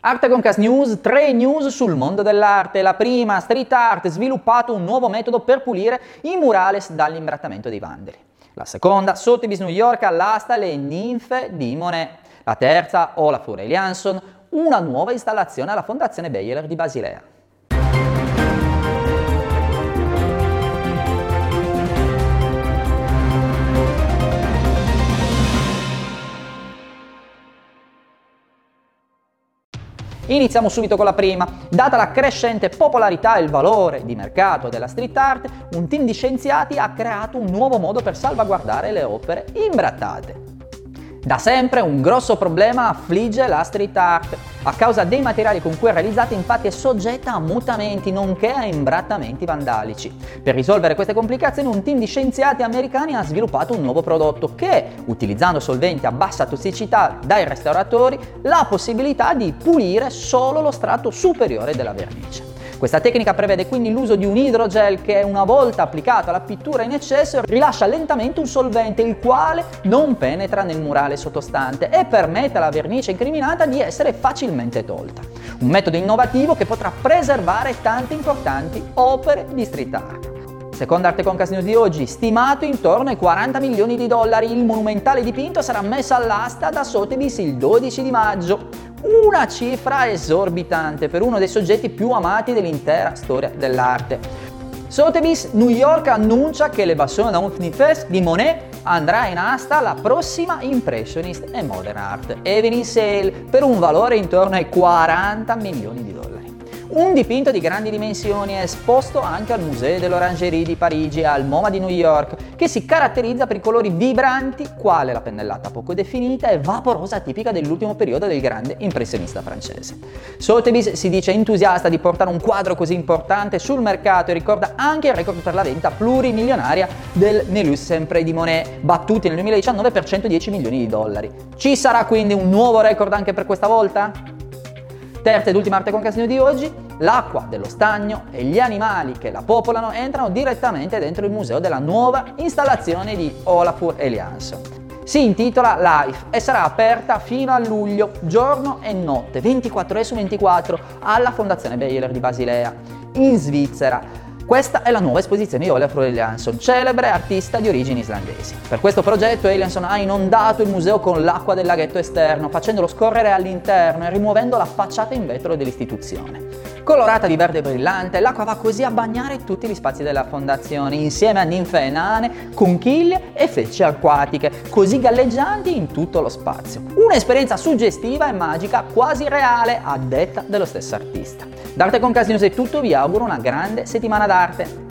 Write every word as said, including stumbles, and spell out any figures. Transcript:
Arte Concast News, tre news sul mondo dell'arte. La prima, Street Art, sviluppato un nuovo metodo per pulire i murales dall'imbrattamento dei vandali. La seconda, Sotheby's New York all'asta le ninfe di Monet. La terza, Olafur Eliasson, una nuova installazione alla Fondazione Beyeler di Basilea. Iniziamo subito con la prima. Data la crescente popolarità e il valore di mercato della street art, un team di scienziati ha creato un nuovo modo per salvaguardare le opere imbrattate. Da sempre un grosso problema affligge la street art. A causa dei materiali con cui è realizzata, infatti, è soggetta a mutamenti nonché a imbrattamenti vandalici. Per risolvere queste complicazioni, un team di scienziati americani ha sviluppato un nuovo prodotto che, utilizzando solventi a bassa tossicità dai restauratori, ha la possibilità di pulire solo lo strato superiore della vernice. Questa tecnica prevede quindi l'uso di un idrogel che, una volta applicato alla pittura in eccesso, rilascia lentamente un solvente il quale non penetra nel murale sottostante e permette alla vernice incriminata di essere facilmente tolta. Un metodo innovativo che potrà preservare tante importanti opere di street art. Secondo Arte Concast News di oggi, stimato intorno ai quaranta milioni di dollari, il monumentale dipinto sarà messo all'asta da Sotheby's il dodici di maggio. Una cifra esorbitante per uno dei soggetti più amati dell'intera storia dell'arte. Sotheby's New York annuncia che l'Evassion Fest di Monet andrà in asta alla prossima Impressionist e Modern Art Evening Sale per un valore intorno ai quaranta milioni di dollari. Un dipinto di grandi dimensioni è esposto anche al Museo dell'Orangerie di Parigi e al MoMA di New York, che si caratterizza per i colori vibranti, quale la pennellata poco definita e vaporosa tipica dell'ultimo periodo del grande impressionista francese. Sotheby's si dice entusiasta di portare un quadro così importante sul mercato e ricorda anche il record per la vendita plurimilionaria del Nelus sempre di Monet, battuti nel duemiladiciannove per centodieci milioni di dollari. Ci sarà quindi un nuovo record anche per questa volta? Terza ed ultima Arte Concast News di oggi, l'acqua dello stagno e gli animali che la popolano entrano direttamente dentro il museo della nuova installazione di Olafur Eliasson. Si intitola Life e sarà aperta fino a luglio, giorno e notte, ventiquattro ore su ventiquattro, alla Fondazione Beyeler di Basilea, in Svizzera. Questa è la nuova esposizione di Olafur Eliasson, celebre artista di origini islandesi. Per questo progetto Eliasson ha inondato il museo con l'acqua del laghetto esterno, facendolo scorrere all'interno e rimuovendo la facciata in vetro dell'istituzione. Colorata di verde brillante, l'acqua va così a bagnare tutti gli spazi della fondazione, insieme a ninfe e nane, conchiglie e fecce acquatiche, così galleggianti in tutto lo spazio. Un'esperienza suggestiva e magica, quasi reale, a detta dello stesso artista. Da Arte Concast News è tutto, vi auguro una grande settimana d'arte.